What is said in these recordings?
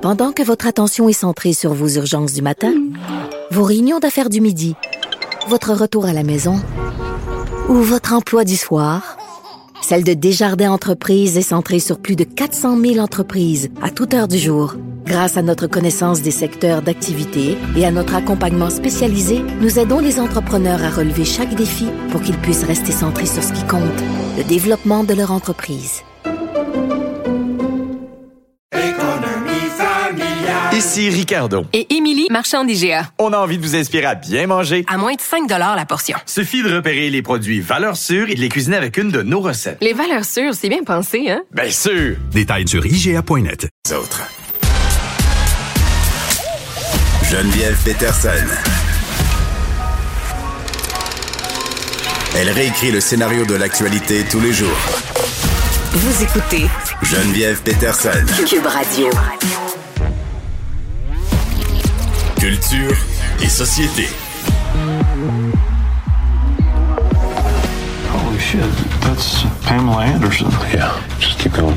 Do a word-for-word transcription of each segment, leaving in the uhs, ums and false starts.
Pendant que votre attention est centrée sur vos urgences du matin, vos réunions d'affaires du midi, votre retour à la maison ou votre emploi du soir, celle de Desjardins Entreprises est centrée sur plus de quatre cent mille entreprises à toute heure du jour. Grâce à notre connaissance des secteurs d'activité et à notre accompagnement spécialisé, nous aidons les entrepreneurs à relever chaque défi pour qu'ils puissent rester centrés sur ce qui compte, le développement de leur entreprise. Ici Ricardo. Et Émilie, marchand d'I G A. On a envie de vous inspirer à bien manger. À moins de cinq dollars la portion. Suffit de repérer les produits valeurs sûres et de les cuisiner avec une de nos recettes. Les valeurs sûres, c'est bien pensé, hein? Bien sûr! Détails sur I G A point net. Autres. Geneviève Peterson. Elle réécrit le scénario de l'actualité tous les jours. Vous écoutez Geneviève Peterson. Cube Radio. Culture et société. Holy shit, that's Pamela Anderson. Yeah, just keep going.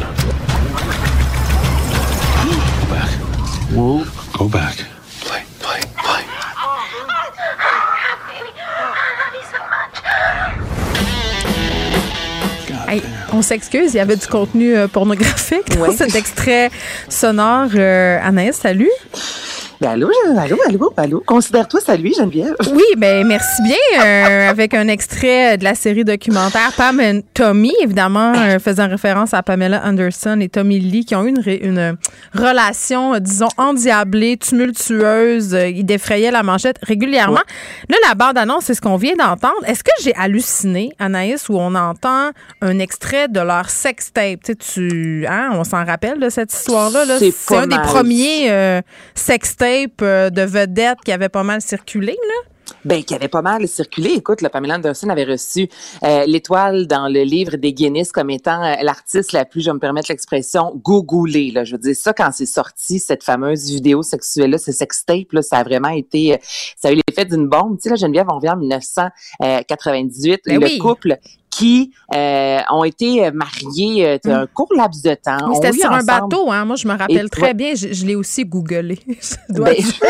Go back. Whoa. Go back. Play, play, play. Hey, on s'excuse, il y avait du contenu euh, pornographique dans ouais. cet extrait sonore. Euh, Anaïs, salut. Ben allô, allô, allô, allô. Considère-toi saluée, Geneviève. Oui, ben merci bien. Euh, avec un extrait de la série documentaire Pam et Tommy, évidemment, euh, faisant référence à Pamela Anderson et Tommy Lee, qui ont eu une, ré, une relation, disons, endiablée, tumultueuse. Ils défrayaient la manchette régulièrement. Ouais. Là, la bande-annonce, c'est ce qu'on vient d'entendre. Est-ce que j'ai halluciné, Anaïs, où on entend un extrait de leur sextape? Tu sais, tu, hein, on s'en rappelle de cette histoire-là. Là? C'est, c'est un mal. des premiers euh, sextapes de vedettes qui avait pas mal circulé, là? Ben, qui avait pas mal circulé. Écoute, là, Pamela Anderson avait reçu euh, l'étoile dans le livre des Guinness comme étant euh, l'artiste la plus, je vais me permettre l'expression, gogoulée, là. Je veux dire, ça, quand c'est sorti, cette fameuse vidéo sexuelle-là, ce sextape, là, ça a vraiment été, euh, ça a eu l'effet d'une bombe. Tu sais, là, Geneviève, on revient en dix-neuf cent quatre-vingt-dix-huit. Ben le oui. couple qui euh, ont été mariés euh, un court laps de temps. Mais c'était sur ensemble. Un bateau, hein? Moi, je me rappelle Et, très ouais. bien. Je, je l'ai aussi googlé. Ben,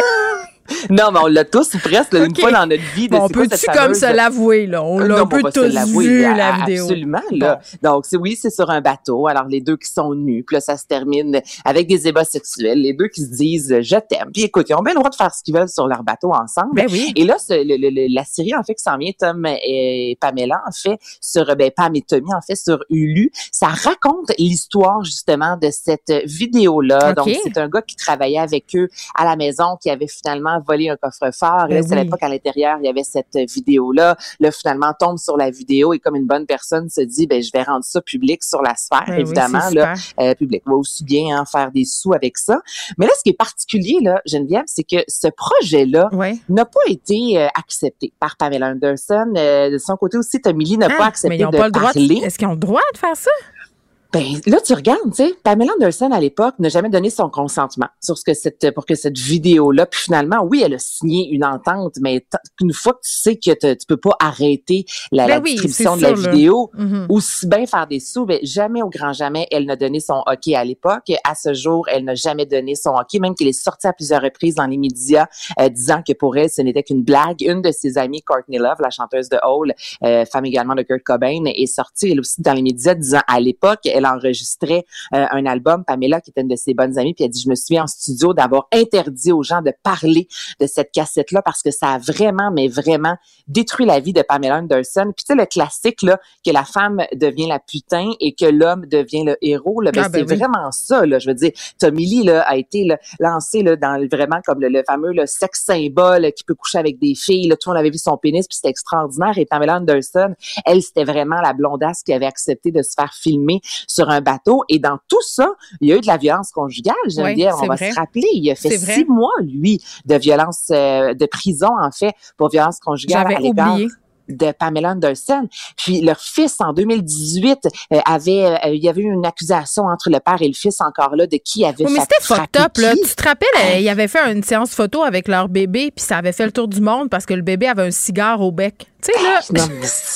non, mais on l'a tous ou presque une okay. fois dans notre vie. De, bon, on peut-tu comme se l'avouer, là? On l'a un peu tous vu, la vidéo. Absolument, là. Bon. Donc, c'est, oui, c'est sur un bateau. Alors, les deux qui sont nus. Puis là, ça se termine avec des ébats sexuels. Les deux qui se disent « je t'aime ». Puis écoute, ils ont bien le droit de faire ce qu'ils veulent sur leur bateau ensemble. Ben oui. Et là, ce, le, le, la série, en fait, qui s'en vient, Tom et Pamela, en fait, sur, ben, Pam et Tommy, en fait, sur Hulu, ça raconte l'histoire, justement, de cette vidéo-là. Okay. Donc, c'est un gars qui travaillait avec eux à la maison, qui avait finalement volé un coffre-fort. Et là, ben c'est oui. à l'époque, à l'intérieur, il y avait cette vidéo-là. Là, finalement, tombe sur la vidéo et comme une bonne personne se dit, ben je vais rendre ça public sur la sphère, ben évidemment. Oui, là, euh, public va aussi bien hein, faire des sous avec ça. Mais là, ce qui est particulier, là, Geneviève, c'est que ce projet-là ouais. n'a pas été euh, accepté par Pamela Anderson. Euh, de son côté aussi, Tommy Lee n'a ah, pas accepté mais ils ont de pas le droit parler. De... Est-ce qu'ils ont le droit de faire ça? Ben là, tu regardes, tu sais, Pamela Anderson, à l'époque, n'a jamais donné son consentement sur ce que cette, pour que cette vidéo-là, puis finalement, oui, elle a signé une entente, mais une fois que tu sais que te, tu peux pas arrêter la, ben la oui, distribution de sûr, la là. vidéo, mm-hmm. aussi bien faire des sous, ben jamais au grand jamais, elle n'a donné son hockey à l'époque. À ce jour, elle n'a jamais donné son hockey, même qu'elle est sortie à plusieurs reprises dans les médias, euh, disant que pour elle, ce n'était qu'une blague. Une de ses amies, Courtney Love, la chanteuse de Hole, euh, femme également de Kurt Cobain, est sortie, elle aussi, dans les médias, disant à l'époque, elle enregistrait euh, un album, Pamela, qui était une de ses bonnes amies, puis elle dit, je me souviens en studio d'avoir interdit aux gens de parler de cette cassette-là parce que ça a vraiment, mais vraiment détruit la vie de Pamela Anderson. Puis tu sais, le classique, là, que la femme devient la putain et que l'homme devient le héros, là, ben, ah, ben c'est oui. vraiment ça, là. Je veux dire, Tommy Lee, là, a été là, lancé là, dans le, vraiment comme le, le fameux le sexe symbole qui peut coucher avec des filles. Là, tout le monde avait vu son pénis, puis c'était extraordinaire. Et Pamela Anderson, elle, c'était vraiment la blondasse qui avait accepté de se faire filmer sur un bateau. Et dans tout ça, il y a eu de la violence conjugale, je veux dire. On va vrai. se rappeler, il a fait c'est six vrai. mois, lui, de violence, euh, de prison, en fait, pour violence conjugale J'avais à l'égard oublié. de Pamela Anderson. Puis leur fils, en deux mille dix-huit, euh, avait, euh, il y avait eu une accusation entre le père et le fils encore là de qui avait oui, fait mais c'était fucked up, là. Tu te rappelles, euh, il avait fait une séance photo avec leur bébé, puis ça avait fait le tour du monde parce que le bébé avait un cigare au bec. Tu sais, là... Non, mais...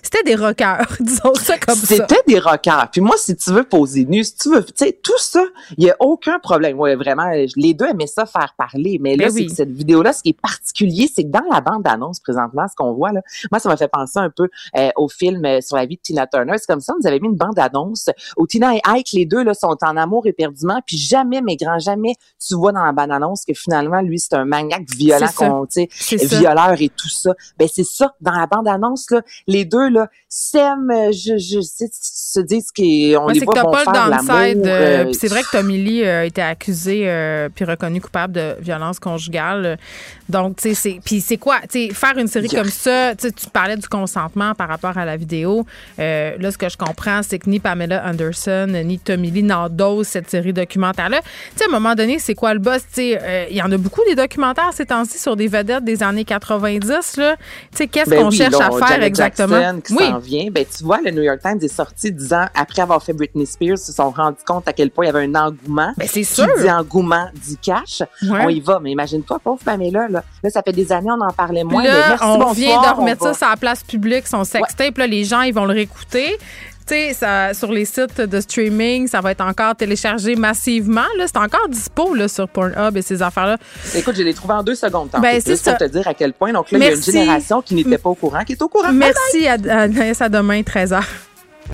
c'était des rockers, disons ça comme C'était ça. C'était des rockers. Puis moi, si tu veux poser nu, si tu veux, tu sais, tout ça, il y a aucun problème. Ouais, vraiment, les deux aimaient ça faire parler. Mais là, Ben c'est oui. que cette vidéo-là, ce qui est particulier, c'est que dans la bande-annonce, présentement, ce qu'on voit, là, moi, ça m'a fait penser un peu euh, au film euh, sur la vie de Tina Turner. C'est comme ça, on nous avait mis une bande-annonce où Tina et Ike, les deux, là, sont en amour éperdument. Puis jamais, mais grand jamais, tu vois dans la bande-annonce que finalement, lui, c'est un maniaque violent, C'est ça. qu'on, tu sais, C'est ça. violeur et tout ça. Ben, c'est ça. Dans la bande-annonce, là, les deux, là, s'aiment, euh, je, je, sais, se disent qu'on Ouais, les c'est que voit t'as vont pas faire le downside. l'amour. Euh, euh, puis c'est vrai que Tommy Lee euh, a été accusé euh, puis reconnu coupable de violence conjugale. Donc, tu sais, c'est puis c'est quoi, tu sais, faire une série Yeah. comme ça, tu sais, tu parlais du consentement par rapport à la vidéo. Euh, là, ce que je comprends, c'est que ni Pamela Anderson ni Tommy Lee n'endosent cette série documentaire-là. Tu sais, à un moment donné, c'est quoi le boss? Tu sais, euh, il y en a beaucoup des documentaires ces temps-ci sur des vedettes des années quatre-vingt-dix, là. Tu sais, qu'est-ce Ben qu'on oui, cherche là, à faire Janet exactement? Jackson qui Oui. s'en vient. Ben, tu vois, le New York Times est sorti disant, après avoir fait Britney Spears, ils se sont rendus compte à quel point il y avait un engouement. Ben, c'est Qui sûr. dit engouement, dit cash. Ouais. On y va. Mais imagine-toi, pauvre Pamela, là. Là, ça fait des années, on en parlait moins. Là, mais merci, on bonsoir, vient de remettre on va. ça sur la place publique, son sextape. Là, les gens, ils vont le réécouter. Tu sais, ça, sur les sites de streaming, ça va être encore téléchargé massivement. Là, c'est encore dispo là, sur Pornhub et ces affaires-là. Écoute, je l'ai trouvé en deux secondes. Tantôt, Ben, c'est juste ça. pour te dire à quel point. Donc là, Merci. il y a une génération qui n'était pas au courant, qui est au courant. Merci à, à Anaïs, à demain, treize heures.